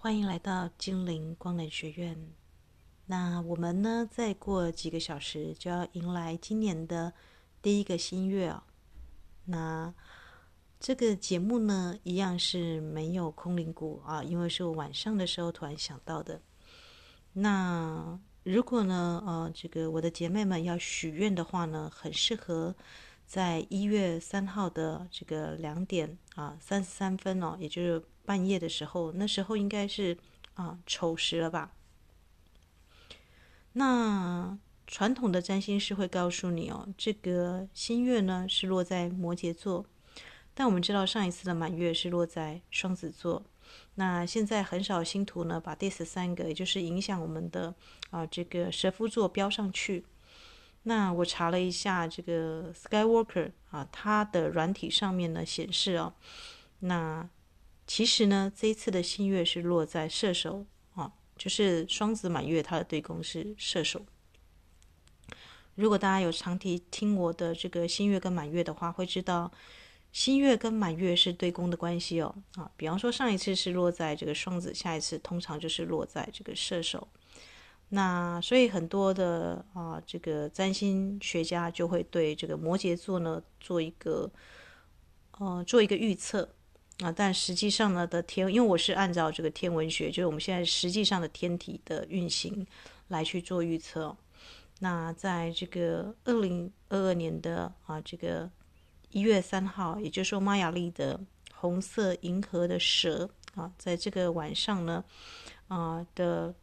欢迎来到精灵光能学院。那我们呢，再过几个小时就要迎来今年的第一个新月哦。那这个节目呢，一样是没有空灵鼓啊，因为是我晚上的时候突然想到的。那如果呢，这个我的姐妹们要许愿的话呢，很适合在1月3号的这个2:33哦，也就是半夜的时候，那时候应该是丑时了吧？那传统的占星师会告诉你哦，这个新月呢是落在摩羯座，但我们知道上一次的满月是落在双子座。那现在很少星图呢把第13个，也就是影响我们的这个蛇夫座标上去。那我查了一下这个 Skywalker 它的软体上面呢显示哦，那其实呢这一次的新月是落在射手就是双子满月，它的对宫是射手。如果大家有长期听我的这个新月跟满月的话，会知道新月跟满月是对宫的关系哦。比方说上一次是落在这个双子，下一次通常就是落在这个射手。那所以很多的这个占星学家就会对这个摩羯座呢做一个预测但实际上呢因为我是按照这个天文学，就是我们现在实际上的天体的运行来去做预测。那在这个2022年的这个1月3号，也就是说玛雅历的红色银河的蛇在这个晚上呢的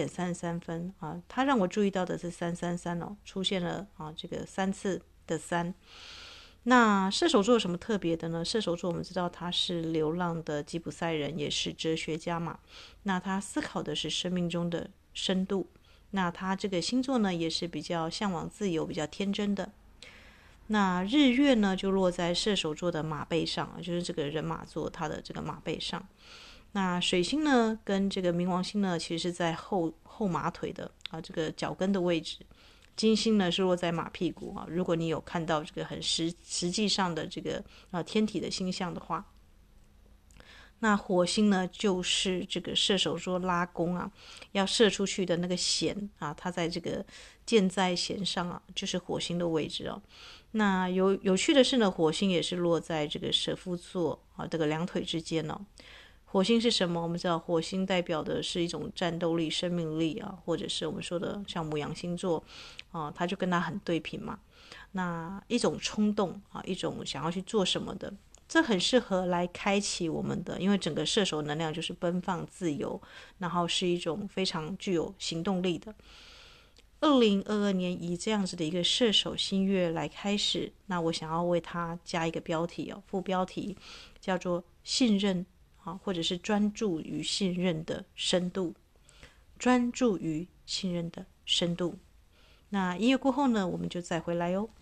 2:33它让我注意到的是333哦，出现了这个3次的3。那射手座有什么特别的呢？射手座我们知道他是流浪的吉普赛人，也是哲学家嘛。那他思考的是生命中的深度。那他这个星座呢，也是比较向往自由、比较天真的。那日月呢，就落在射手座的马背上，就是这个人马座它的这个马背上。那水星呢，跟这个冥王星呢，其实是在后马腿的这个脚跟的位置。金星呢是落在马屁股如果你有看到这个很实际上的这个天体的星象的话，那火星呢就是这个射手座拉弓要射出去的那个弦它在这个箭在弦上就是火星的位置那有趣的是呢，火星也是落在这个蛇夫座这个两腿之间火星是什么？我们知道火星代表的是一种战斗力、生命力或者是我们说的像牡羊星座它就跟它很对平嘛。那一种冲动一种想要去做什么的，这很适合来开启我们的，因为整个射手能量就是奔放自由，然后是一种非常具有行动力的。2022年以这样子的一个射手新月来开始，那我想要为它加一个标题副标题叫做信任或者是专注于信任的深度，专注于信任的深度。那音乐过后呢，我们就再回来哦。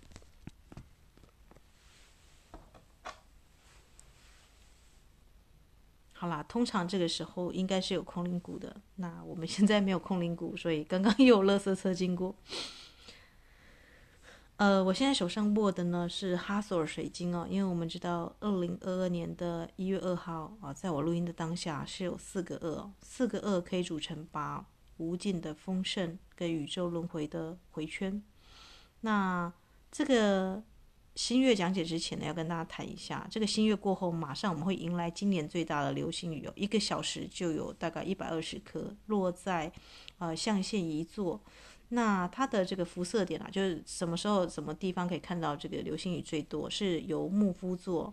好啦，通常这个时候应该是有空灵鼓的，那我们现在没有空灵鼓，所以刚刚又有垃圾车经过。我现在手上握的呢是哈索尔水晶因为我们知道2022年的1月2号在我录音的当下是有4个2，4个2可以组成8，无尽的丰盛跟宇宙轮回的回圈。那这个新月讲解之前呢，要跟大家谈一下，这个新月过后，马上我们会迎来今年最大的流星雨1个小时就有大概120颗落在象限仪座。那它的这个辐射点就是什么时候什么地方可以看到这个流星雨最多，是由牧夫座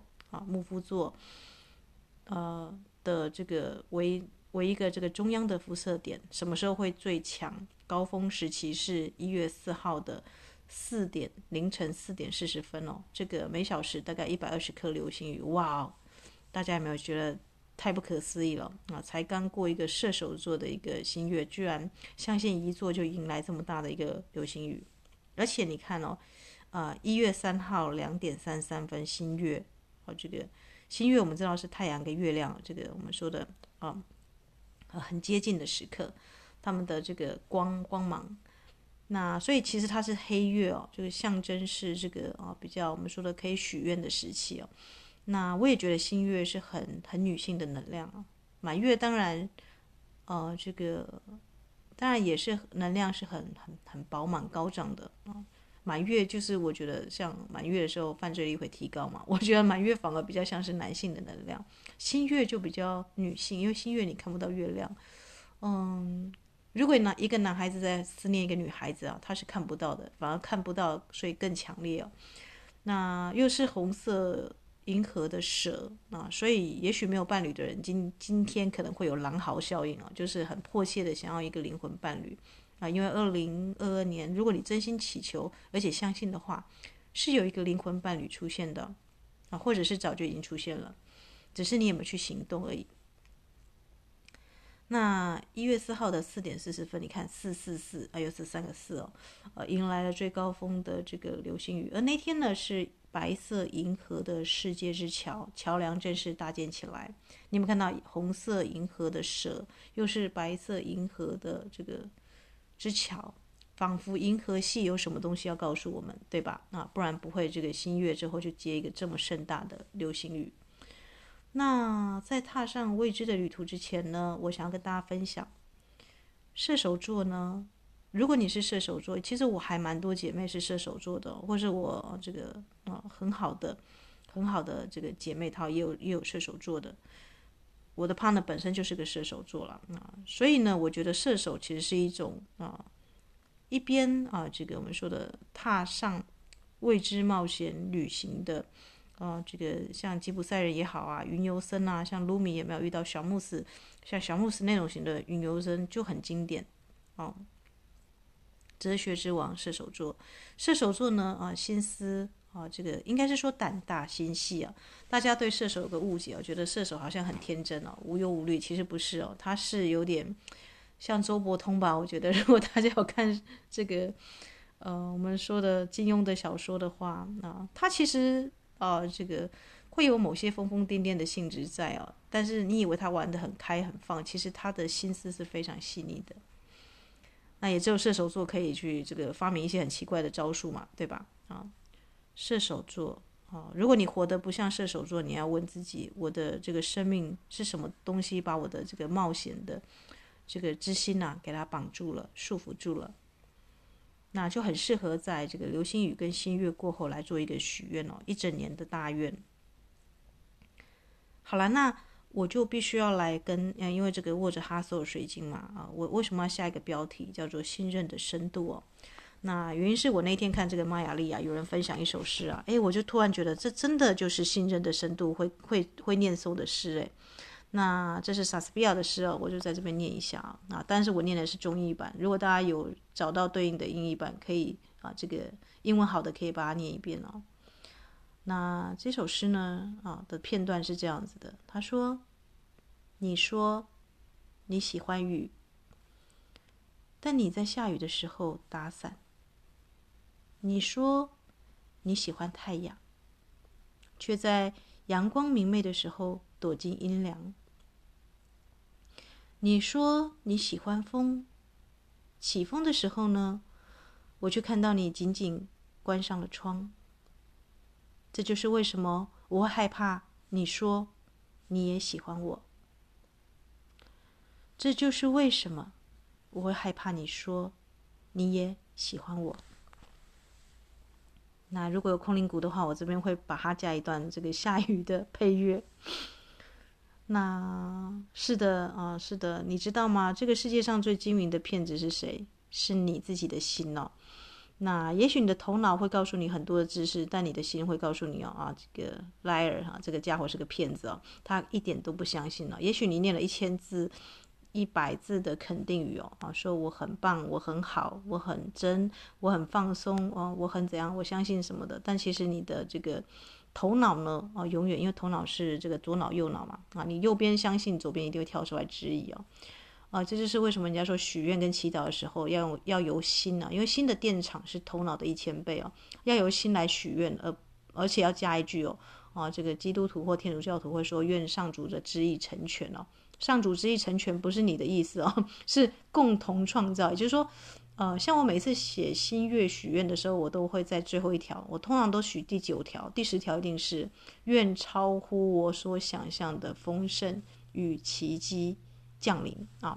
的这个为一个这个中央的辐射点。什么时候会最强？高峰时期是1月4号的凌晨4点40分这个每小时大概120颗流星雨。哇大家有没有觉得太不可思议了才刚过一个射手座的一个新月，居然象限一座就迎来这么大的一个流星雨。而且你看1月3号2:33新月这个新月我们知道是太阳跟月亮这个我们说的很接近的时刻，他们的这个光芒。那所以其实它是黑月就是象征是这个比较我们说的可以许愿的时期那我也觉得新月是很女性的能量满月当然这个当然也是能量是很饱满高涨的啊。满月就是我觉得像满月的时候犯罪率会提高嘛，我觉得满月反而比较像是男性的能量，新月就比较女性，因为新月你看不到月亮。如果一个男孩子在思念一个女孩子啊，他是看不到的，反而看不到，所以更强烈哦。那又是红色银河的蛇啊，所以也许没有伴侣的人今天可能会有狼嚎效应啊，就是很迫切的想要一个灵魂伴侣啊。因为2022年，如果你真心祈求而且相信的话，是有一个灵魂伴侣出现的啊，或者是早就已经出现了，只是你有没有去行动而已。那1月4号的4点40分，你看444啊，又是3个4哦，迎来了最高峰的这个流星雨。而那天呢是白色银河的世界之桥，桥梁正式搭建起来。你有没有看到红色银河的蛇，又是白色银河的这个之桥？仿佛银河系有什么东西要告诉我们，对吧？不然不会这个新月之后就接一个这么盛大的流星雨。那在踏上未知的旅途之前呢，我想要跟大家分享，射手座呢，如果你是射手座，其实我还蛮多姐妹是射手座的，或是我这个很好的这个姐妹淘也有射手座的，我的 partner 本身就是个射手座了所以呢，我觉得射手其实是一种一边这个我们说的踏上未知冒险旅行的。这个像吉普赛人也好啊，云游僧啊，像卢米有没有遇到小穆斯？像小穆斯那种型的云游僧就很经典哲学之王射手座，射手座呢心思这个应该是说胆大心细啊。大家对射手有个误解觉得射手好像很天真无忧无虑，其实不是他是有点像周伯通吧。我觉得如果大家有看这个我们说的金庸的小说的话他其实这个会有某些疯疯癫癫的性质在但是你以为他玩得很开很放，其实他的心思是非常细腻的。那也只有射手座可以去这个发明一些很奇怪的招数嘛，对吧？射手座如果你活得不像射手座，你要问自己，我的这个生命是什么东西把我的这个冒险的这个之心给它绑住了，束缚住了。那就很适合在这个流星雨跟新月过后来做一个许愿一整年的大愿。好了，那我就必须要来因为这个握着哈索尔水晶嘛我为什么要下一个标题叫做信任的深度那原因是我那天看这个玛雅历有人分享一首诗我就突然觉得这真的就是信任的深度会念诵的诗那这是莎士比亚的诗我就在这边念一下但是我念的是中译版，如果大家有找到对应的英译版，可以这个英文好的可以把它念一遍那这首诗呢的片段是这样子的，他说你说你喜欢雨，但你在下雨的时候打伞。你说你喜欢太阳，却在阳光明媚的时候躲进阴凉。你说你喜欢风，起风的时候呢，我却看到你紧紧关上了窗。这就是为什么我会害怕你说你也喜欢我。这就是为什么我会害怕你说你也喜欢我。那如果有空灵鼓的话，我这边会把它加一段这个下雨的配乐。那是的是的，你知道吗？这个世界上最精明的骗子是谁？是你自己的心那也许你的头脑会告诉你很多的知识，但你的心会告诉你这个 liar 这个家伙是个骗子他一点都不相信也许你念了1000字、100字的肯定语说我很棒，我很好，我很真，我很放松我很怎样，我相信什么的，但其实你的这个头脑呢永远，因为头脑是这个左脑右脑嘛你右边相信，左边一定会跳出来质疑这就是为什么人家说许愿跟祈祷的时候要由心因为心的电场是头脑的1000倍要由心来许愿，而且要加一句这个基督徒或天主教徒会说愿上主的旨意成全上主旨意成全不是你的意思是共同创造。也就是说像我每次写新月许愿的时候，我都会在最后一条，我通常都许第9条，第10条一定是愿超乎我所想象的丰盛与奇迹降临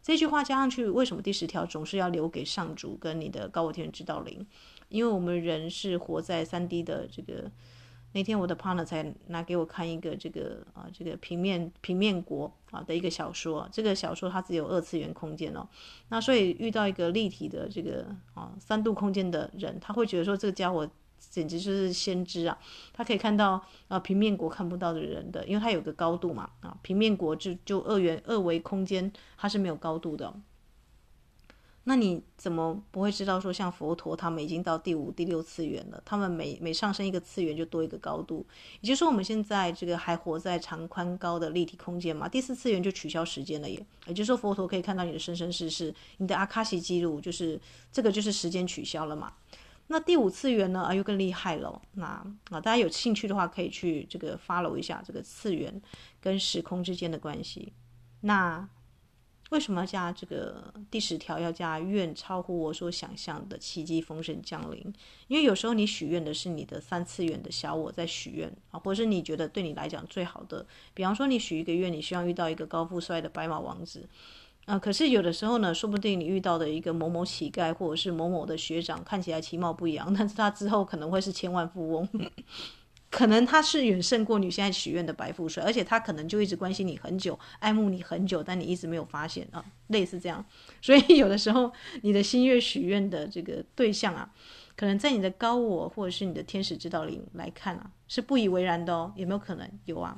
这句话加上去，为什么第10条总是要留给上主跟你的高我天指导灵？因为我们人是活在3D 的这个。那天我的 partner 才拿给我看一个这个平面国的一个小说，这个小说它只有2次元空间哦，那所以遇到一个立体的这个3度空间的人，他会觉得说这个家伙简直就是先知啊，他可以看到平面国看不到的人的，因为它有个高度嘛平面国就二维空间它是没有高度的那你怎么不会知道说像佛陀他们已经到第5、第6次元了，他们每上升一个次元就多一个高度，也就是说我们现在这个还活在长宽高的立体空间嘛，第4次元就取消时间了也就是说佛陀可以看到你的生生世世，你的阿卡西记录就是这个就是时间取消了嘛。那第5次元呢又更厉害了，那大家有兴趣的话可以去这个 follow 一下这个次元跟时空之间的关系。那为什么要加这个第10条要加愿超乎我所想象的奇迹丰盛降临？因为有时候你许愿的是你的3次元的小我在许愿或者是你觉得对你来讲最好的，比方说你许一个愿，你希望遇到一个高富帅的白马王子可是有的时候呢，说不定你遇到的一个某某乞丐或者是某某的学长看起来其貌不扬，但是他之后可能会是千万富翁可能他是远胜过你现在许愿的白富帅，而且他可能就一直关心你很久，爱慕你很久，但你一直没有发现类似这样。所以有的时候你的心愿许愿的这个对象可能在你的高我或者是你的天使指导灵来看是不以为然的有没有可能？有啊。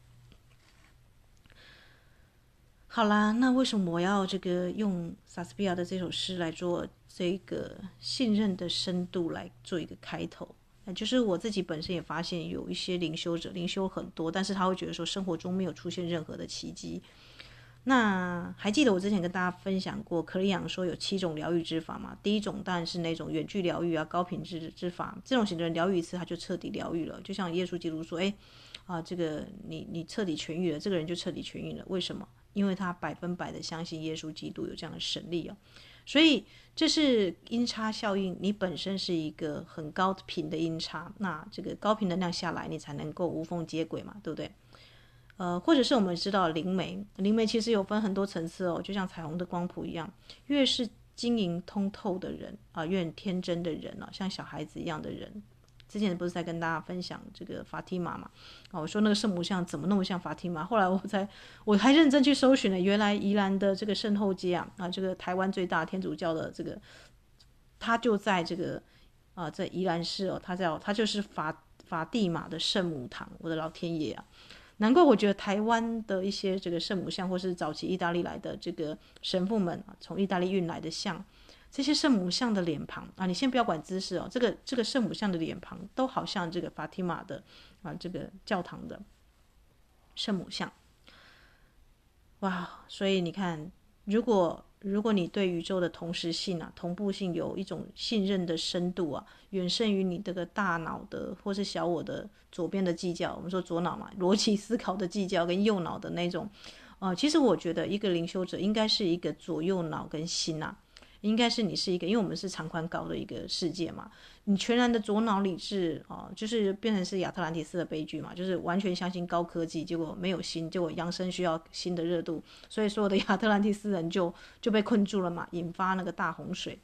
好啦，那为什么我要这个用莎士比亚的这首诗来做这个信任的深度来做一个开头？就是我自己本身也发现有一些灵修者灵修很多，但是他会觉得说生活中没有出现任何的奇迹。那还记得我之前跟大家分享过克里昂说有7种疗愈之法嘛？第一种当然是那种远距疗愈高品质之法，这种型的人疗愈一次他就彻底疗愈了，就像耶稣基督说这个你彻底痊愈了，这个人就彻底痊愈了。为什么？因为他100%的相信耶稣基督有这样的神力所以这是音差效应，你本身是一个很高频的音差，那这个高频能量下来你才能够无缝接轨嘛，对不对？或者是我们知道灵媒其实有分很多层次就像彩虹的光谱一样，越是晶莹通透的人越很天真的人像小孩子一样的人。之前不是在跟大家分享这个法蒂玛嘛我说那个圣母像怎么那么像法蒂玛，后来我还认真去搜寻了，原来宜兰的这个圣后街这个台湾最大天主教的这个他就在这个在宜兰市他就是法蒂玛的圣母堂，我的老天爷难怪我觉得台湾的一些这个圣母像或是早期意大利来的这个神父们从意大利运来的像，这些圣母像的脸庞你先不要管姿势这个圣母像的脸庞都好像这个法蒂玛的这个教堂的圣母像。哇，所以你看，如果你对宇宙的同时性同步性有一种信任的深度远胜于你这个大脑的或是小我的左边的计较，我们说左脑嘛，逻辑思考的计较跟右脑的那种其实我觉得一个灵修者应该是一个左右脑跟心应该是你是一个，因为我们是长宽高的一个世界嘛，你全然的左脑理智就是变成是亚特兰蒂斯的悲剧嘛，就是完全相信高科技，结果没有心，结果扬升需要新的热度，所以所有的亚特兰蒂斯人就被困住了嘛，引发那个大洪水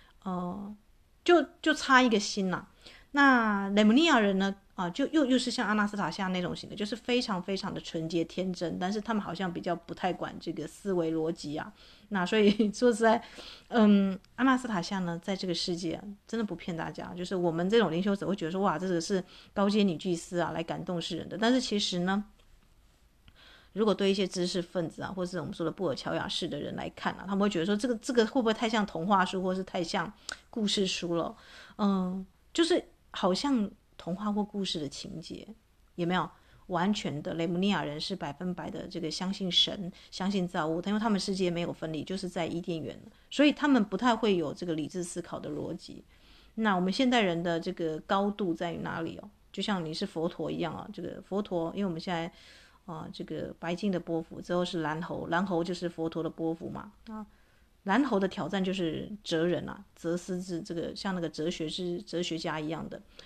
就差一个心那雷姆尼亚人呢就又是像阿纳斯塔夏那种型的，就是非常非常的纯洁天真，但是他们好像比较不太管这个思维逻辑那所以说实在阿纳斯塔夏呢在这个世界真的不骗大家，就是我们这种灵修者会觉得说哇这个是高阶女祭司来感动世人的，但是其实呢如果对一些知识分子或是我们说的布尔乔亚式的人来看他们会觉得说这个会不会太像童话书或是太像故事书了就是好像童话或故事的情节，有没有？完全的雷姆尼亚人是100%的这个相信神，相信造物，因为他们世界没有分离，就是在伊甸园，所以他们不太会有这个理智思考的逻辑。那我们现代人的这个高度在于哪里就像你是佛陀一样这个佛陀，因为我们现在这个白金的波幅之后是蓝猴，蓝猴就是佛陀的波幅嘛蓝猴的挑战就是哲人哲思之这个像那个哲学家一样的。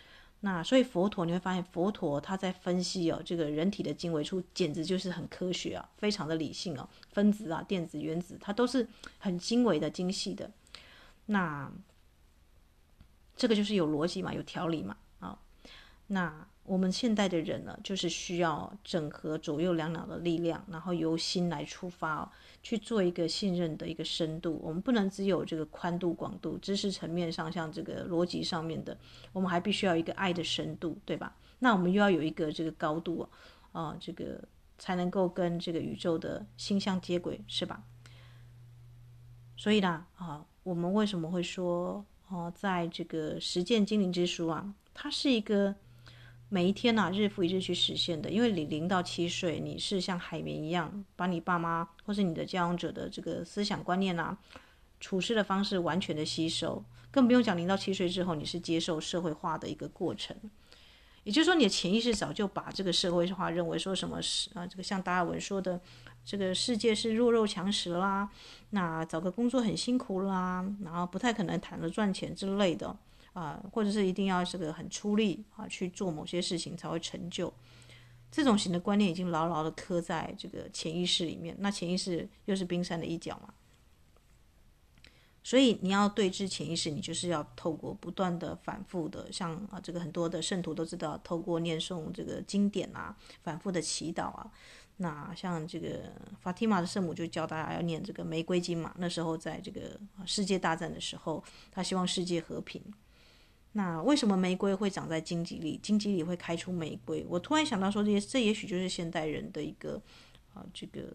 那所以佛陀你会发现，佛陀他在分析这个人体的经纬处，简直就是很科学啊，非常的理性分子啊、电子、原子，它都是很精微的、精细的。那这个就是有逻辑嘛，有条理嘛那我们现代的人呢，就是需要整合左右两脑的力量，然后由心来出发去做一个信任的一个深度。我们不能只有这个宽度、广度，知识层面上，像这个逻辑上面的，我们还必须要有一个爱的深度，对吧？那我们又要有一个这个高度这个才能够跟这个宇宙的心相接轨，是吧？所以呢我们为什么会说在这个实践精灵之书它是一个每一天日复一日去实现的。因为你0到7岁，你是像海绵一样，把你爸妈或是你的教养者的这个思想观念处事的方式完全的吸收，更不用讲0到7岁之后，你是接受社会化的一个过程。也就是说，你的潜意识早就把这个社会化认为说什么这个像达尔文说的，这个世界是弱肉强食啦，那找个工作很辛苦啦，然后不太可能谈着赚钱之类的或者是一定要这个很出力去做某些事情才会成就。这种型的观念已经牢牢的刻在这个潜意识里面，那潜意识又是冰山的一角嘛。所以你要对治潜意识，你就是要透过不断的反复的，像这个很多的圣徒都知道，透过念诵这个经典反复的祈祷那像这个法蒂玛的圣母就教大家要念这个玫瑰经嘛。那时候在这个世界大战的时候，他希望世界和平。那为什么玫瑰会长在荆棘里？荆棘里会开出玫瑰？我突然想到说，这也许就是现代人的一个这个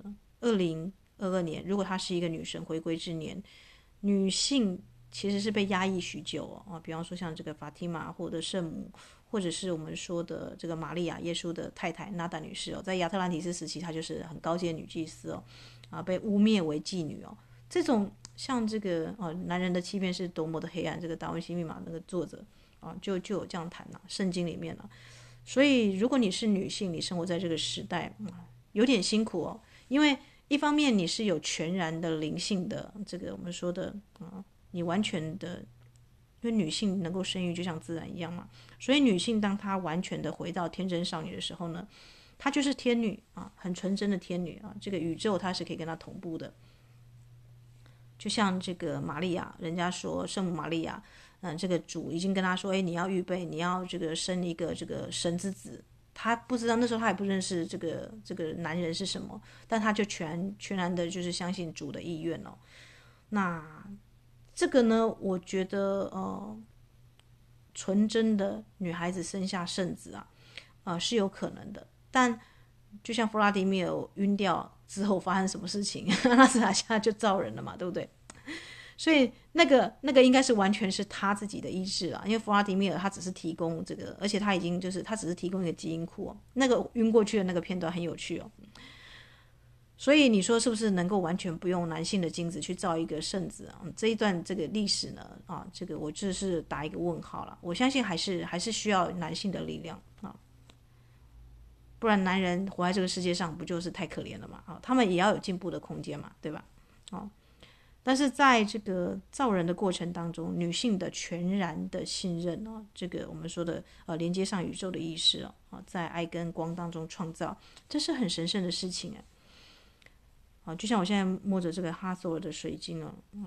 2022年，如果她是一个女神回归之年，女性其实是被压抑许久比方说像这个法蒂玛或者圣母，或者是我们说的这个玛利亚耶稣的太太纳达女士在亚特兰提斯时期，她就是很高阶女祭司被污蔑为妓女这种像这个男人的欺骗是多么的黑暗，这个达文西密码那个作者就有这样谈圣经里面所以如果你是女性，你生活在这个时代有点辛苦因为一方面你是有全然的灵性的这个我们说的你完全的，因为女性能够生育就像自然一样嘛，所以女性当她完全的回到天真少女的时候呢，她就是天女很纯真的天女这个宇宙她是可以跟她同步的。就像这个玛利亚，人家说圣母玛利亚这个主已经跟她说你要预备，你要这个生一个这个神之子。他不知道，那时候他也不认识这个男人是什么，但他就全然的就是相信主的意愿那这个呢，我觉得纯真的女孩子生下圣子是有可能的。但就像弗拉迪米尔晕掉之后发生什么事情，阿纳斯塔夏就造人了嘛，对不对？所以那个应该是完全是他自己的意志因为弗拉迪米尔他只是提供这个，而且他已经就是他只是提供一个基因库那个晕过去的那个片段很有趣所以你说是不是能够完全不用男性的精子去造一个圣子这一段这个历史呢这个我就是打一个问号了。我相信还是需要男性的力量不然男人活在这个世界上不就是太可怜了嘛他们也要有进步的空间嘛，对吧但是在这个造人的过程当中，女性的全然的信任这个我们说的连接上宇宙的意识在爱跟光当中创造，这是很神圣的事情就像我现在摸着这个哈索尔的水晶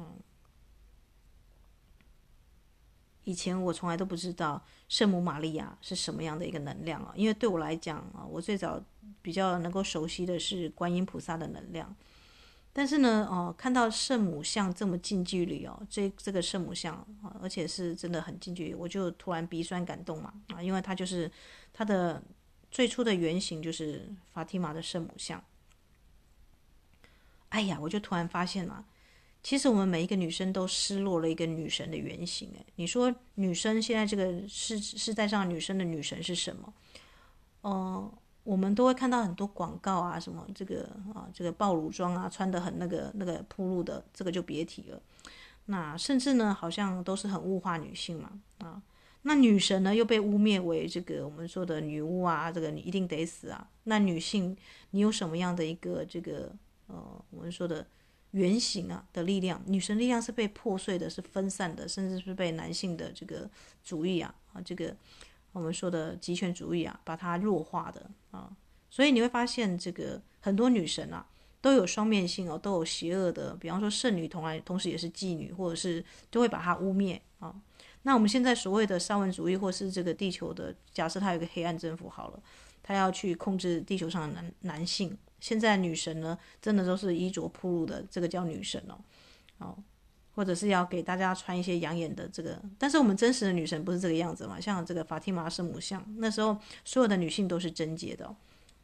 以前我从来都不知道圣母玛利亚是什么样的一个能量因为对我来讲我最早比较能够熟悉的是观音菩萨的能量。但是呢看到圣母像这么近距离这个圣母像而且是真的很近距离，我就突然鼻酸感动嘛因为它就是它的最初的原型就是法蒂玛的圣母像。哎呀，我就突然发现其实我们每一个女生都失落了一个女神的原型你说女生现在这个世代上女生的女神是什么我们都会看到很多广告什么这个爆乳装穿得很那个铺路的，这个就别提了。那甚至呢好像都是很物化女性嘛那女神呢又被污蔑为这个我们说的女巫这个你一定得死那女性你有什么样的一个这个我们说的原型的力量？女神力量是被破碎的，是分散的，甚至是被男性的这个主义这个我们说的极权主义啊，把它弱化的啊。所以你会发现，这个很多女神啊，都有双面性哦，都有邪恶的，比方说圣女同时也是妓女，或者是就会把它污蔑啊。那我们现在所谓的沙文主义，或是这个地球的，假设它有一个黑暗政府好了，它要去控制地球上的男性，现在女神呢，真的都是衣着暴露的，这个叫女神哦，或者是要给大家穿一些养眼的这个，但是我们真实的女神不是这个样子嘛，像这个法蒂玛圣母像，那时候所有的女性都是贞洁的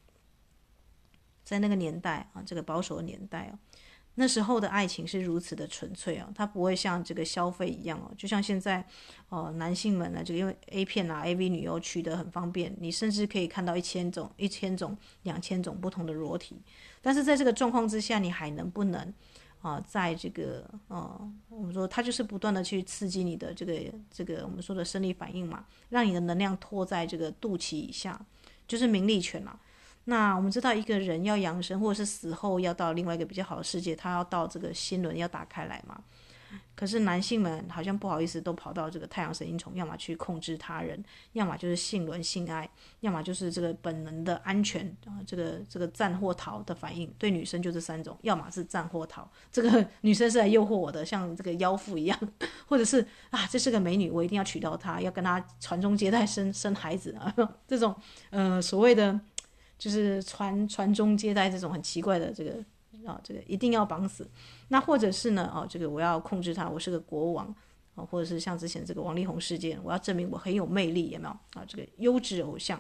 在那个年代啊，这个保守的年代那时候的爱情是如此的纯粹它不会像这个消费一样就像现在男性们呢，这个因为 A 片啊 AV 女优取得很方便，你甚至可以看到1000种、2000种不同的裸体，但是在这个状况之下，你还能不能在这个我们说它就是不断的去刺激你的这个我们说的生理反应嘛，让你的能量拖在这个肚脐以下，就是名利权那我们知道一个人要养生，或者是死后要到另外一个比较好的世界，他要到这个心轮要打开来嘛。可是男性们好像不好意思，都跑到这个太阳神经丛，要么去控制他人，要么就是性轮性爱，要么就是这个本能的安全这个战或逃的反应。对女生就这3种，要么是战或逃，这个女生是来诱惑我的，像这个妖妇一样，或者是这是个美女，我一定要娶到她，要跟她传宗接代生孩子这种所谓的。就是传宗接代这种很奇怪的这个一定要绑死。那或者是呢这个我要控制他，我是个国王或者是像之前这个王力宏事件，我要证明我很有魅力，有没有这个优质偶像。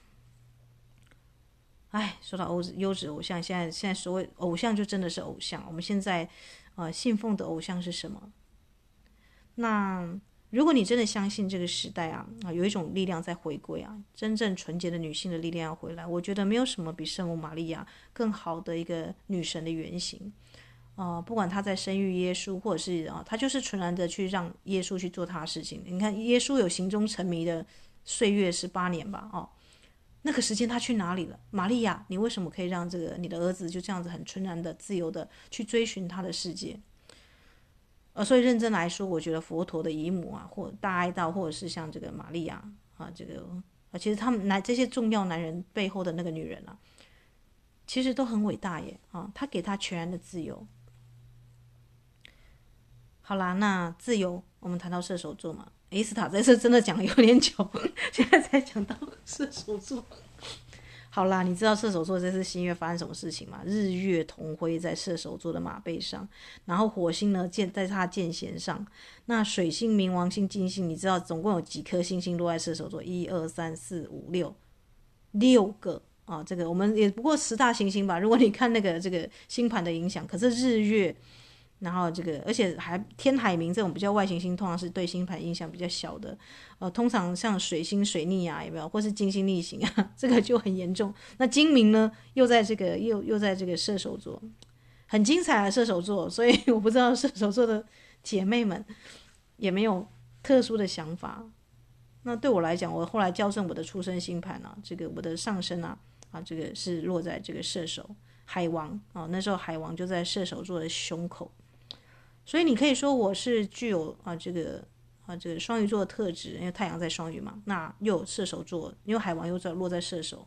说到优质偶像，现在所谓偶像就真的是偶像。我们现在信奉的偶像是什么？那如果你真的相信这个时代有一种力量在回归真正纯洁的女性的力量要回来，我觉得没有什么比圣母玛利亚更好的一个女神的原型不管她在生育耶稣，或者是她就是纯然的去让耶稣去做她的事情。你看耶稣有行踪沉迷的岁月18年吧那个时间他去哪里了？玛利亚，你为什么可以让这个你的儿子就这样子很纯然的自由的去追寻他的世界？所以认真来说，我觉得佛陀的姨母或大爱道，或者是像这个玛利亚这个其实他们这些重要男人背后的那个女人其实都很伟大耶他给他全然的自由。好啦，那自由，我们谈到射手座嘛，伊斯塔这次真的讲有点久，现在才讲到射手座。好啦，你知道射手座这次新月发生什么事情吗？日月同辉在射手座的马背上，然后火星呢在他剑弦上。那水星、冥王星、金星，你知道总共有几颗星星落在射手座？1、2、3、4、5、6个这个我们也不过10大行星吧。如果你看那个这个星盘的影响，可是日月。然后这个，而且还天海冥这种比较外行星，通常是对星盘影响比较小的。通常像水星水逆有没有，或是金星逆行这个就很严重。那金冥呢，又在这个又在这个射手座，很精彩的射手座。所以我不知道射手座的姐妹们也没有特殊的想法。那对我来讲，我后来校正我的出生星盘这个我的上升这个是落在这个射手海王那时候海王就在射手座的胸口。所以你可以说我是具有这个双鱼座的特质，因为太阳在双鱼嘛，那又有射手座，因为海王又落在射手，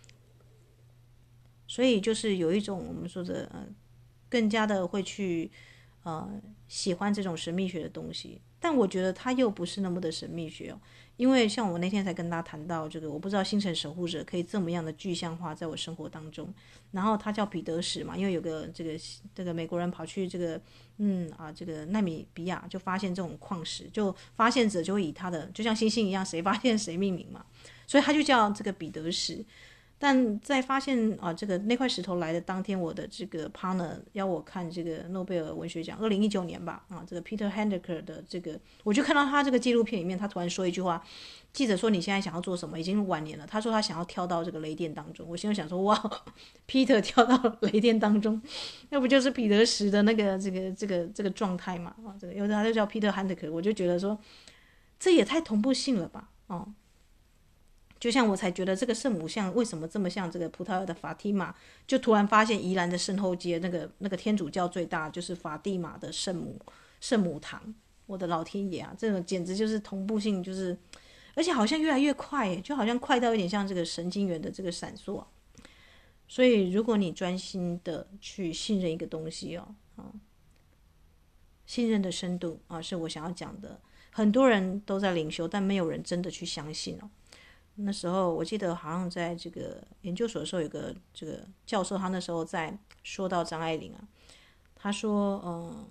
所以就是有一种我们说的更加的会去喜欢这种神秘学的东西，但我觉得它又不是那么的神秘学因为像我那天才跟大家谈到这个，我不知道星辰守护者可以这么样的具象化在我生活当中。然后他叫彼得石嘛，因为有个这个美国人跑去这个这个纳米比亚就发现这种矿石，就发现者就会以他的就像星星一样，谁发现谁命名嘛，所以他就叫这个彼得石。但在发现这个那块石头来的当天，我的这个 partner 要我看这个诺贝尔文学奖2019年吧这个 Peter Handke 的这个，我就看到他这个纪录片里面，他突然说一句话，记者说你现在想要做什么？已经晚年了。他说他想要跳到这个雷电当中。我心里想说哇，Peter 跳到雷电当中，那不就是彼得石的那个这个状态嘛这个有的他就叫 Peter Handke， 我就觉得说这也太同步性了吧就像我才觉得这个圣母像为什么这么像这个葡萄牙的法蒂玛，就突然发现宜兰的圣后街那个天主教最大就是法蒂玛的圣母堂，我的老天爷这种简直就是同步性，就是而且好像越来越快耶，就好像快到有点像这个神经元的这个闪烁啊。所以如果你专心的去信任一个东西信任的深度是我想要讲的。很多人都在领修，但没有人真的去相信那时候我记得好像在这个研究所的时候，有个这个教授，他那时候在说到张爱玲他说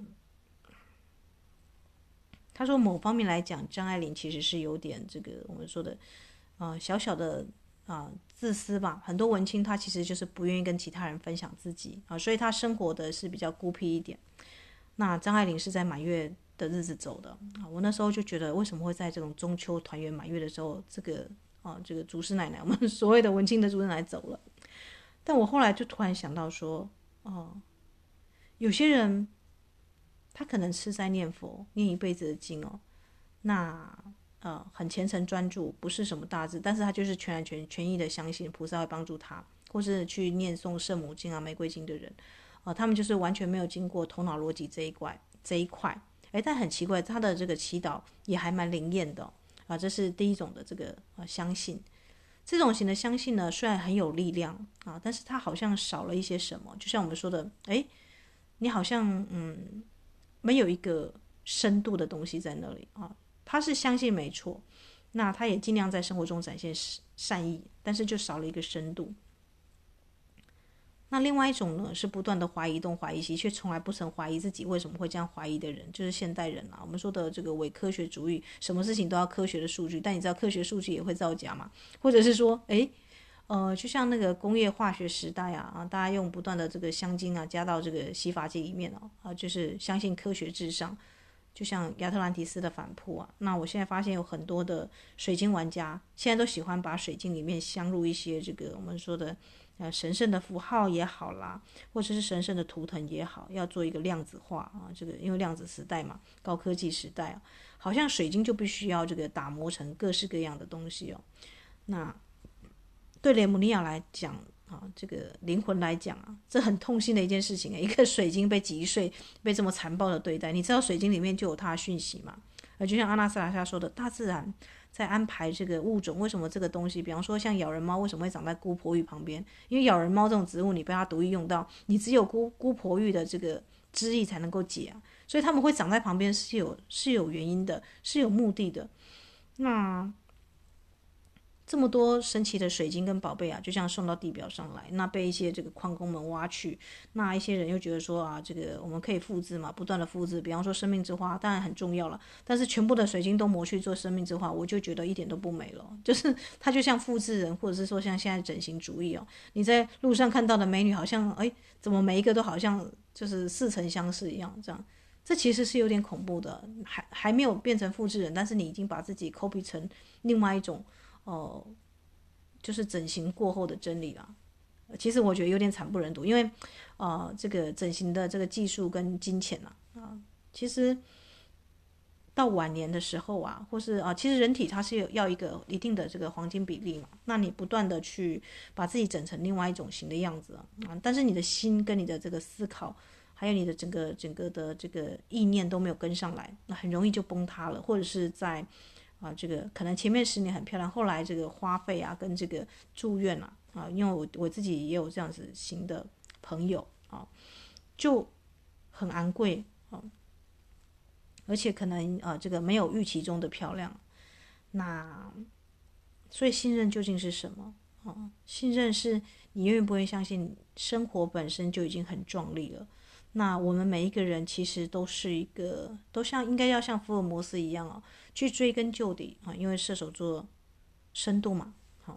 某方面来讲，张爱玲其实是有点这个我们说的小小的自私吧。很多文青他其实就是不愿意跟其他人分享自己所以他生活的是比较孤僻一点。那张爱玲是在满月的日子走的我那时候就觉得，为什么会在这种中秋团圆满月的时候，这个祖师奶奶，我们所谓的文青的祖师奶奶走了。但我后来就突然想到说有些人他可能是在念佛，念一辈子的经那很虔诚专注，不是什么大志，但是他就是全然全意的相信菩萨会帮助他，或是去念诵圣母经玫瑰经的人他们就是完全没有经过头脑逻辑这一块但很奇怪，他的这个祈祷也还蛮灵验的这是第一种的这个相信。这种型的相信呢，虽然很有力量但是它好像少了一些什么。就像我们说的，你好像没有一个深度的东西在那里他是相信没错，那他也尽量在生活中展现善意，但是就少了一个深度。那另外一种呢，是不断的怀疑东怀疑西，却从来不曾怀疑自己为什么会这样怀疑的人，就是现代人我们说的这个伪科学主义，什么事情都要科学的数据，但你知道科学数据也会造假嘛？或者是说，就像那个工业化学时代大家用不断的这个香精加到这个洗发剂里面就是相信科学至上。就像亚特兰蒂斯的反扑那我现在发现有很多的水晶玩家，现在都喜欢把水晶里面镶入一些这个我们说的神圣的符号也好啦，或者是神圣的图腾也好，要做一个量子化这个因为量子时代嘛，高科技时代好像水晶就必须要这个打磨成各式各样的东西那对雷姆尼亚来讲这个灵魂来讲这很痛心的一件事情一个水晶被击碎，被这么残暴的对待。你知道水晶里面就有它的讯息吗？就像阿纳斯塔夏说的，大自然在安排这个物种，为什么这个东西，比方说像咬人猫为什么会长在姑婆芋旁边？因为咬人猫这种植物，你被它毒液用到，你只有姑婆芋的这个汁液才能够解所以它们会长在旁边是有原因的，是有目的的。那这么多神奇的水晶跟宝贝就这样送到地表上来，那被一些这个矿工们挖去，那一些人又觉得说这个我们可以复制嘛，不断的复制，比方说生命之花当然很重要了，但是全部的水晶都磨去做生命之花，我就觉得一点都不美了。就是它就像复制人，或者是说像现在整形主义你在路上看到的美女好像怎么每一个都好像就是似曾相识一样，这其实是有点恐怖的。还没有变成复制人，但是你已经把自己 copy 成另外一种就是整形过后的真理其实我觉得有点惨不忍睹，因为这个整形的这个技术跟金钱其实到晚年的时候或是其实人体它是要一个一定的这个黄金比例嘛，那你不断的去把自己整成另外一种型的样子但是你的心跟你的这个思考，还有你的整个的这个意念都没有跟上来，那很容易就崩塌了，或者是在这个可能前面10年很漂亮，后来这个花费跟这个住院因为我自己也有这样子型的朋友就很昂贵而且可能这个没有预期中的漂亮。那所以信任究竟是什么信任是你愿不愿意相信生活本身就已经很壮丽了。那我们每一个人其实都是一个应该要像福尔摩斯一样去追根究底因为射手座深度嘛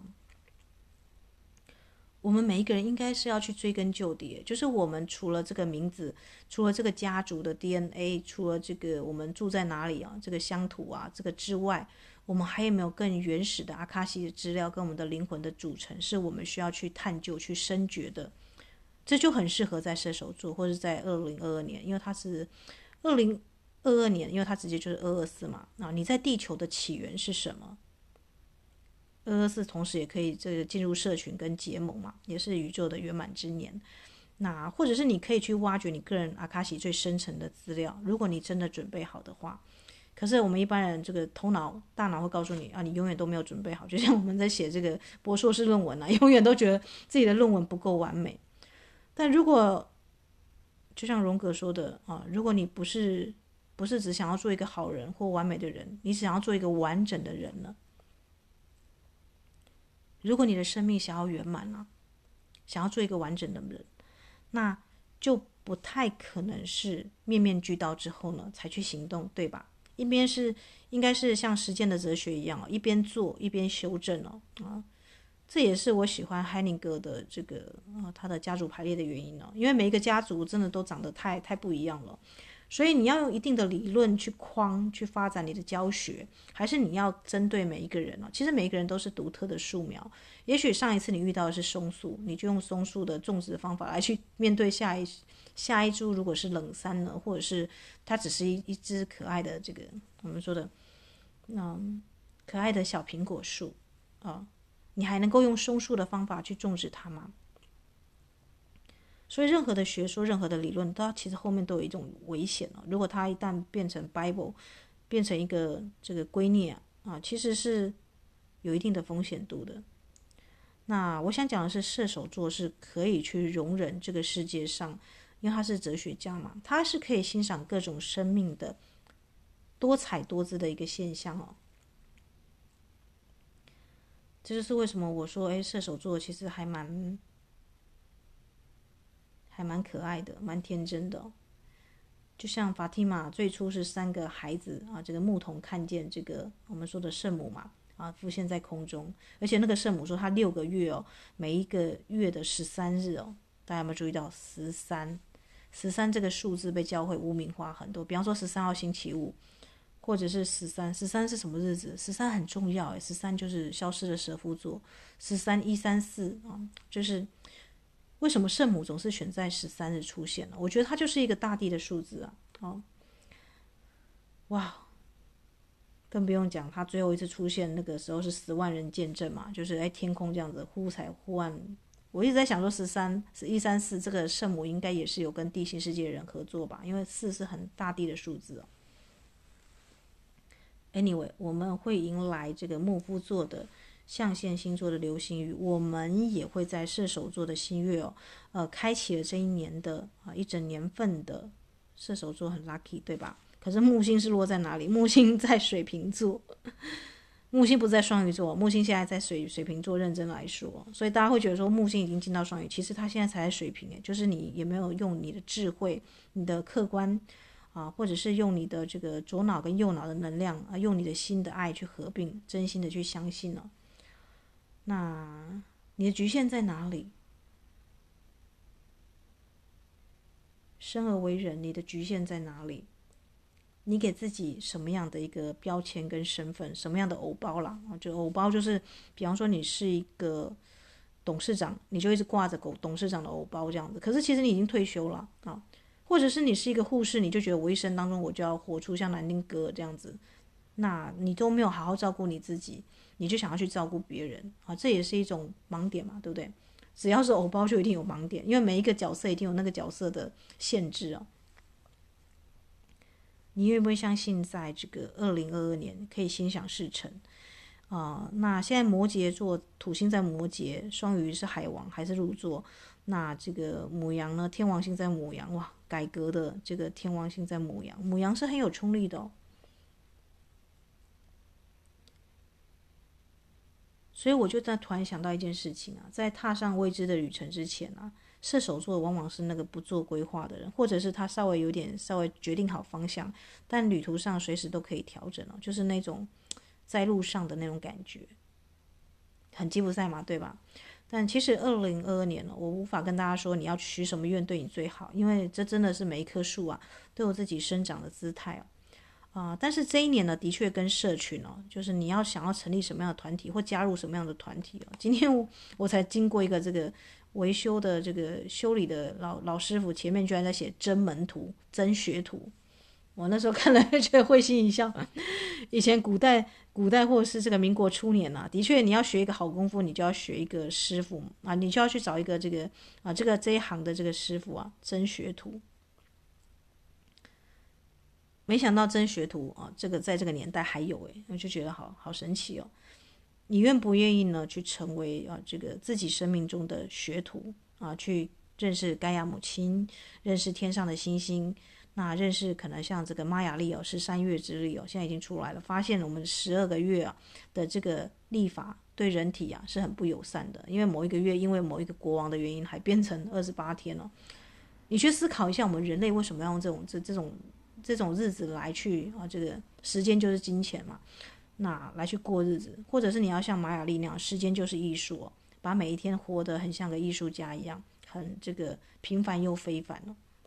我们每一个人应该是要去追根究底，就是我们除了这个名字，除了这个家族的 DNA， 除了这个我们住在哪里这个乡土这个之外，我们还有没有更原始的阿卡西的资料跟我们的灵魂的组成，是我们需要去探究去深掘的。这就很适合在射手座或者在2022年，因为它是2022年，因为它直接就是224嘛你在地球的起源是什么？224同时也可以这个进入社群跟结盟嘛，也是宇宙的圆满之年。那或者是你可以去挖掘你个人阿卡西最深层的资料，如果你真的准备好的话， 可是我们一般人这个大脑会告诉你啊，你永远都没有准备好，就像我们在写这个博硕士论文啊，永远都觉得自己的论文不够完美。但如果就像荣格说的啊，如果你不是只想要做一个好人或完美的人，你想要做一个完整的人呢？如果你的生命想要圆满啊，想要做一个完整的人，那就不太可能是面面俱到之后呢才去行动，对吧？一边是应该是像实践的哲学一样，一边做一边修正啊。这也是我喜欢海宁格的这个他的家族排列的原因因为每一个家族真的都长得太不一样了，所以你要用一定的理论去发展你的教学，还是你要针对每一个人其实每一个人都是独特的树苗，也许上一次你遇到的是松树，你就用松树的种植方法来去面对下一株，如果是冷杉呢，或者是它只是一只可爱的这个我们说的可爱的小苹果树你还能够用松树的方法去种植它吗？所以任何的学说任何的理论它其实后面都有一种危险如果它一旦变成 Bible 变成一个这个圭臬其实是有一定的风险度的。那我想讲的是射手座是可以去容忍这个世界上，因为他是哲学家嘛，他是可以欣赏各种生命的多彩多姿的一个现象这就是为什么我说射手座其实还蛮可爱的，蛮天真的就像法蒂玛最初是3个孩子这个牧童看见这个我们说的圣母嘛浮现在空中，而且那个圣母说她6个月每一个月的13日大家有没有注意到13这个数字被教会污名化很多，比方说13号星期五，或者是13是什么日子？13很重要13就是消失的蛇夫座13134就是为什么圣母总是选在13日出现呢？我觉得它就是一个大地的数字哇，更不用讲它最后一次出现那个时候是10万人见证嘛，就是天空这样子忽彩忽暗。我一直在想说13是134，这个圣母应该也是有跟地心世界人合作吧，因为4是很大地的数字Anyway， 我们会迎来这个牧夫座的象限星座的流星雨，我们也会在射手座的新月开启了这一年的一整年份的射手座很 lucky 对吧？可是木星是落在哪里？木星在水瓶座，木星不在双鱼座，木星现在在水瓶座，认真来说，所以大家会觉得说木星已经进到双鱼，其实它现在才在水瓶就是你有没有用你的智慧、你的客观或者是用你的这个左脑跟右脑的能量用你的心的爱去合并，真心的去相信那你的局限在哪里？生而为人，你的局限在哪里？你给自己什么样的一个标签跟身份？什么样的偶包啦？就偶包就是，比方说你是一个董事长，你就一直挂着董事长的偶包这样子。可是其实你已经退休了或者是你是一个护士，你就觉得我一生当中我就要活出像南丁格尔这样子，那你都没有好好照顾你自己，你就想要去照顾别人这也是一种盲点嘛，对不对？只要是偶包就一定有盲点，因为每一个角色一定有那个角色的限制你愿不愿意相信在这个2022年可以心想事成那现在摩羯座土星在摩羯，双鱼是海王还是入座，那这个牡羊呢，天王星在牡羊，哇，改革的这个天王星在牡羊，牡羊是很有冲力的所以我就突然想到一件事情在踏上未知的旅程之前射手座往往是那个不做规划的人，或者是他稍微决定好方向，但旅途上随时都可以调整就是那种在路上的那种感觉，很吉普赛嘛，对吧？但其实2022年我无法跟大家说你要许什么愿对你最好，因为这真的是每一棵树都有自己生长的姿态但是这一年呢，的确跟社群就是你要想要成立什么样的团体或加入什么样的团体今天我才经过一个这个维修的这个修理的老师傅，前面居然在写真门徒、真学徒，我那时候看了觉得会心一笑。以前古代或是这个民国初年的确你要学一个好功夫，你就要学一个师傅你就要去找一个这个这一行的这个师傅真学徒。 没想到真学徒啊，这个在这个年代还有我就觉得好神奇哦。你愿不愿意呢？去成为这个自己生命中的学徒啊，去认识盖亚母亲，认识天上的星星，那认识可能像这个玛雅历是3月之历现在已经出来了，发现我们12个月的这个历法对人体是很不友善的，因为某一个月因为某一个国王的原因还变成28天了。你去思考一下，我们人类为什么要用这种日子来去这个时间就是金钱嘛，那来去过日子，或者是你要像玛雅历那样，时间就是艺术把每一天活得很像个艺术家一样，很这个平凡又非凡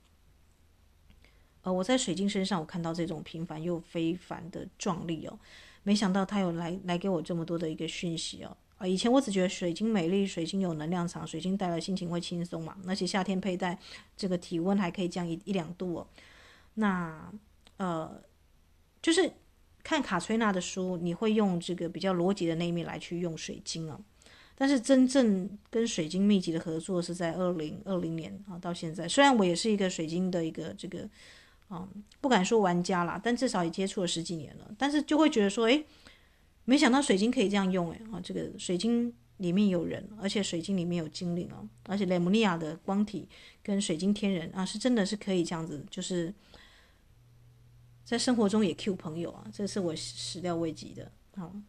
我在水晶身上我看到这种平凡又非凡的壮丽没想到他有来给我这么多的一个讯息以前我只觉得水晶美丽，水晶有能量场，水晶带来心情会轻松嘛，而且夏天佩戴这个体温还可以降1-2度那就是看卡崔娜的书，你会用这个比较逻辑的那一面来去用水晶但是真正跟水晶密集的合作是在2020年到现在。虽然我也是一个水晶的一个这个不敢说玩家啦，但至少也接触了10几年了，但是就会觉得说没想到水晶可以这样用这个水晶里面有人，而且水晶里面有精灵而且雷姆尼亚的光体跟水晶天人是真的是可以这样子，就是在生活中也 Q 朋友这是我始料未及的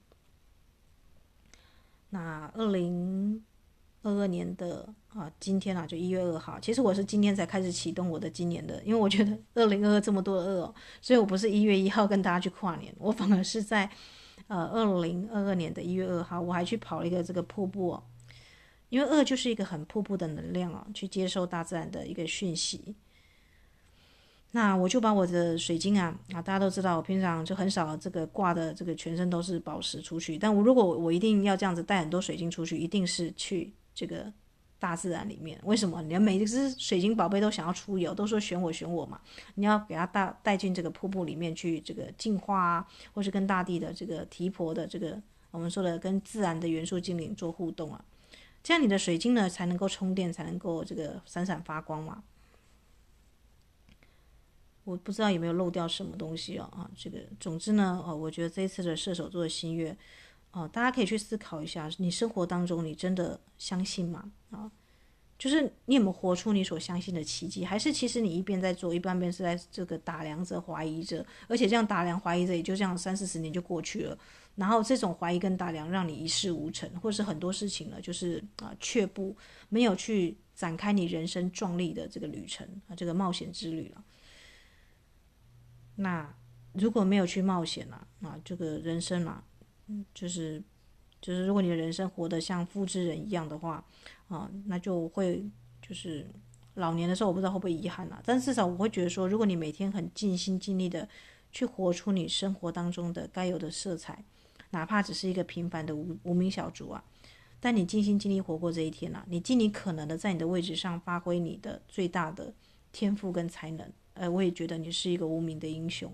那2022年的今天就1月2号，其实我是今天才开始启动我的今年的，因为我觉得2022这么多的所以我不是1月1号跟大家去跨年，我反而是在2022年的1月2号，我还去跑了一个这个瀑布因为2就是一个很瀑布的能量去接受大自然的一个讯息。那我就把我的水晶大家都知道我平常就很少这个挂的这个全身都是宝石出去，但如果我一定要这样子带很多水晶出去，一定是去这个大自然里面。为什么？你每一只水晶宝贝都想要出游，都说选我嘛，你要给它带进这个瀑布里面去这个净化或是跟大地的这个提婆的这个我们说的跟自然的元素精灵做互动这样你的水晶呢才能够充电，才能够这个闪闪发光嘛。我不知道有没有漏掉什么东西这个总之呢我觉得这一次的射手座的新月大家可以去思考一下，你生活当中你真的相信吗就是你有没有活出你所相信的奇迹，还是其实你一边在做，一边是在这个打量着怀疑着，而且这样打量怀疑着也就这样30-40年就过去了，然后这种怀疑跟打量让你一事无成，或是很多事情呢就是却步，没有去展开你人生壮丽的这个旅程这个冒险之旅了。那如果没有去冒险这个人生就是如果你的人生活得像复制人一样的话那就会就是老年的时候我不知道会不会遗憾但至少我会觉得说，如果你每天很尽心尽力的去活出你生活当中的该有的色彩，哪怕只是一个平凡的无名小卒但你尽心尽力活过这一天你尽你可能的在你的位置上发挥你的最大的天赋跟才能，我也觉得你是一个无名的英雄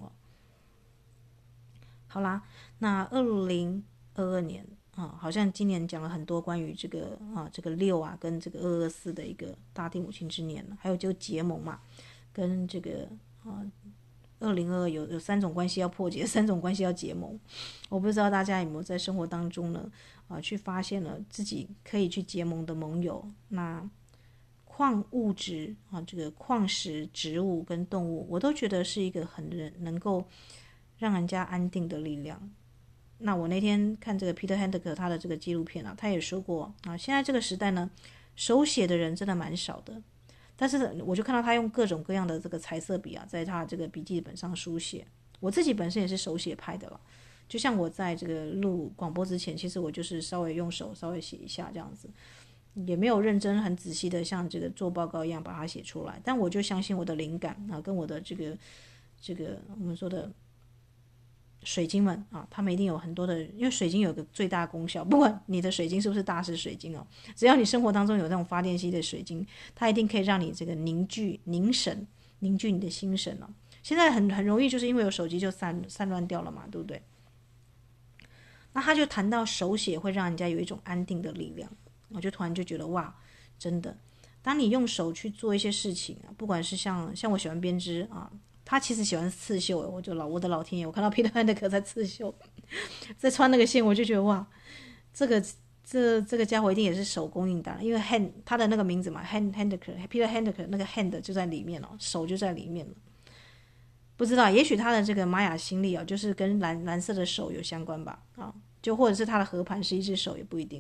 好啦，那2022年好像今年讲了很多关于这个这个6跟这个224的一个大地母亲之年还有就结盟嘛，跟这个2022有3种关系要破解，3种关系要结盟。我不知道大家有没有在生活当中呢去发现了自己可以去结盟的盟友。那矿物质这个矿石、植物跟动物，我都觉得是一个很能够让人家安定的力量。那我那天看这个 Peter Handke 他的这个纪录片他也说过现在这个时代呢，手写的人真的蛮少的，但是我就看到他用各种各样的这个彩色笔在他这个笔记本上书写。我自己本身也是手写派的了，就像我在这个录广播之前，其实我就是稍微用手稍微写一下这样子，也没有认真很仔细的像这个做报告一样把它写出来，但我就相信我的灵感跟我的这个我们说的水晶们他们一定有很多的，因为水晶有个最大功效，不管你的水晶是不是大师水晶只要你生活当中有那种发电机的水晶，它一定可以让你这个凝聚你的心神现在很容易就是因为有手机就散乱掉了嘛，对不对？那他就谈到手写会让人家有一种安定的力量，我就突然就觉得哇，真的，当你用手去做一些事情不管是像我喜欢编织他其实喜欢刺绣，我的老天爷，我看到 Peter Handke 在刺绣，在穿那个线，我就觉得哇，这个家伙一定也是手工艺达人，因为 他的那个名字嘛，Peter Handke 那个 hand 就在里面了，手就在里面了。不知道，也许他的这个玛雅星历就是跟蓝色的手有相关吧，就或者是他的合盘是一只手也不一定。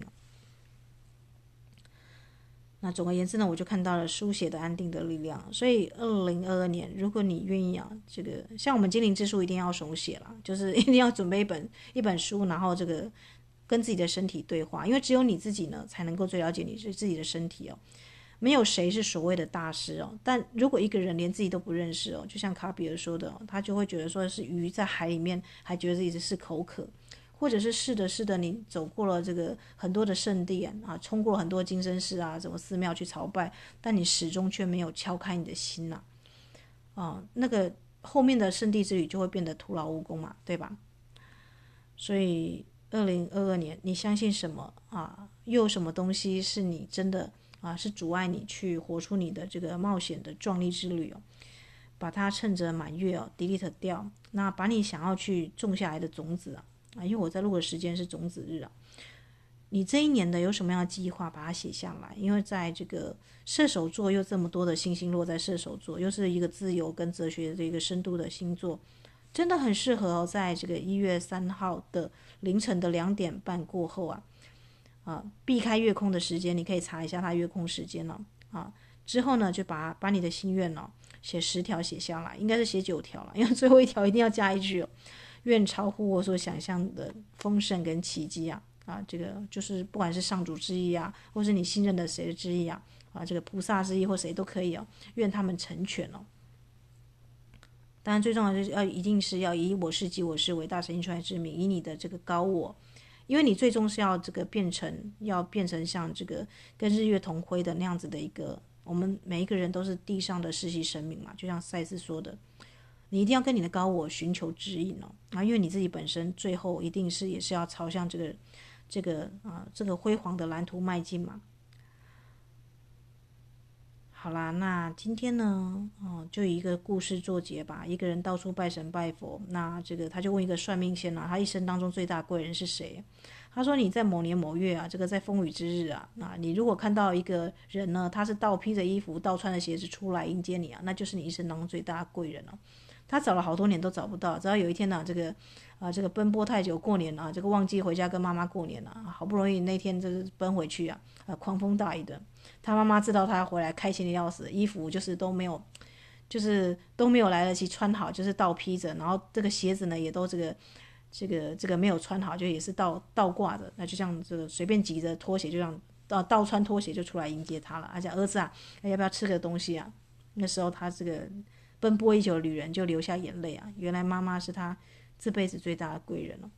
那总而言之呢，我就看到了书写的安定的力量。所以2022年，如果你愿意这个像我们精灵之书一定要手写啦，就是一定要准备一本书，然后这个跟自己的身体对话，因为只有你自己呢才能够最了解你自己的身体没有谁是所谓的大师但如果一个人连自己都不认识就像卡比尔说的他就会觉得说是鱼在海里面，还觉得自己是口渴。或者是的，你走过了这个很多的圣地冲过了很多金身寺什么寺庙去朝拜，但你始终却没有敲开你的心那个后面的圣地之旅就会变得徒劳无功嘛，对吧？所以2022年，你相信什么又有什么东西是你真的是阻碍你去活出你的这个冒险的壮丽之旅把它趁着满月delete 掉，那把你想要去种下来的种子因为我在录的时间是种子日你这一年的有什么样的计划，把它写下来。因为在这个射手座又这么多的星星落在射手座，又是一个自由跟哲学的一个深度的星座，真的很适合在这个1月3号的凌晨的2点半过后避开月空的时间，你可以查一下它月空时间之后呢，就把你的心愿写10条写下来，应该是写9条了，因为最后一条一定要加一句愿超乎我所想象的丰盛跟奇迹这个就是不管是上主之意或是你信任的谁的之意这个菩萨之意或谁都可以愿他们成全当然最重要的是一定是要以我是即我是为大神传之名，以你的这个高我，因为你最终是要这个变成像这个跟日月同辉的那样子的一个，我们每一个人都是地上的世袭神明嘛，就像赛斯说的，你一定要跟你的高我寻求指引因为你自己本身最后一定是也是要朝向这个辉煌的蓝图迈进嘛。好啦，那今天呢就以一个故事作结吧。一个人到处拜神拜佛，那这个他就问一个算命先他一生当中最大贵人是谁？他说你在某年某月这个在风雨之日你如果看到一个人呢，他是倒披着衣服倒穿的鞋子出来迎接你那就是你一生当中最大的贵人他找了好多年都找不到，直到有一天这个奔波太久，过年这个忘记回家跟妈妈过年好不容易那天就是奔回去狂风大雨的，他妈妈知道他回来开心的要死，衣服就是都没有来得及穿好，就是倒披着，然后这个鞋子呢也都这个没有穿好，就也是倒挂着，那就像这个随便挤着拖鞋就这样倒穿拖鞋就出来迎接他了，而且儿子要不要吃个东西那时候他这个奔波已久的旅人就流下眼泪原来妈妈是他这辈子最大的贵人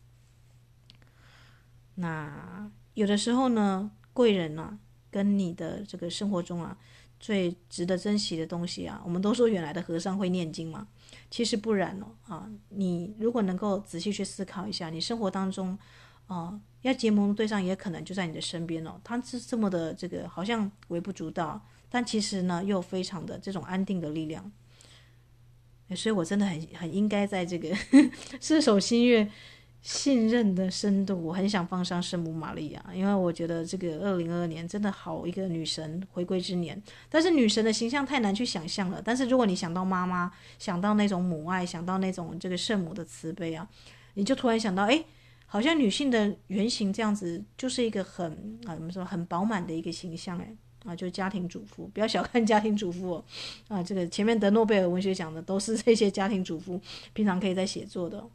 那有的时候呢，贵人跟你的这个生活中最值得珍惜的东西我们都说原来的和尚会念经嘛，其实不然你如果能够仔细去思考一下，你生活当中要结盟对象也可能就在你的身边他是这么的这个好像微不足道，但其实呢又非常的这种安定的力量。所以我真的很应该在这个射手星月信任的深度，我很想放上圣母玛利亚，因为我觉得这个2022年真的好一个女神回归之年，但是女神的形象太难去想象了，但是如果你想到妈妈，想到那种母爱，想到那种这个圣母的慈悲你就突然想到好像女性的原型这样子就是一个很怎么说很饱满的一个形象就家庭主妇，不要小看家庭主妇这个前面得诺贝尔文学奖的都是这些家庭主妇，平常可以在写作的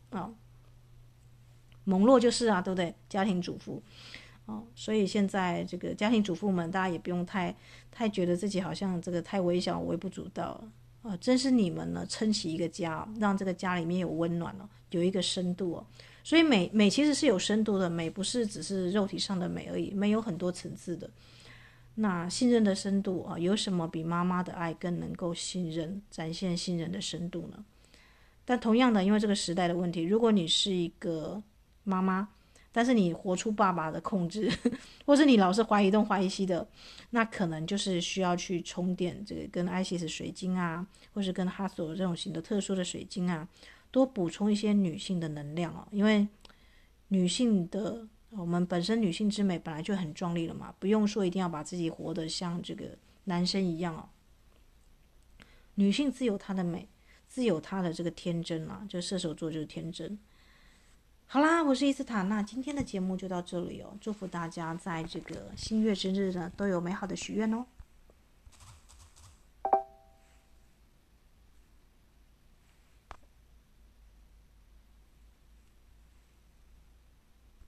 蒙洛就是对不对？家庭主妇所以现在这个家庭主妇们，大家也不用太觉得自己好像这个太微小微不足道真是你们呢撑起一个家，让这个家里面有温暖有一个深度所以美其实是有深度的，美不是只是肉体上的美而已，美有很多层次的。那信任的深度有什么比妈妈的爱更能够展现信任的深度呢？但同样的，因为这个时代的问题，如果你是一个妈妈， 但是你活出爸爸的控制，或是你老是怀疑东怀疑西的，那可能就是需要去充电这个跟 ISIS 水晶啊，或是跟哈索这种型的特殊的水晶啊，多补充一些女性的能量哦，因为女性的我们本身女性之美本来就很壮丽了嘛，不用说一定要把自己活得像这个男生一样哦。女性自有她的美，自有她的这个天真啊，就射手座就是天真。好啦，我是伊斯塔，那今天的节目就到这里哦。祝福大家在这个新月之日呢，都有美好的许愿哦。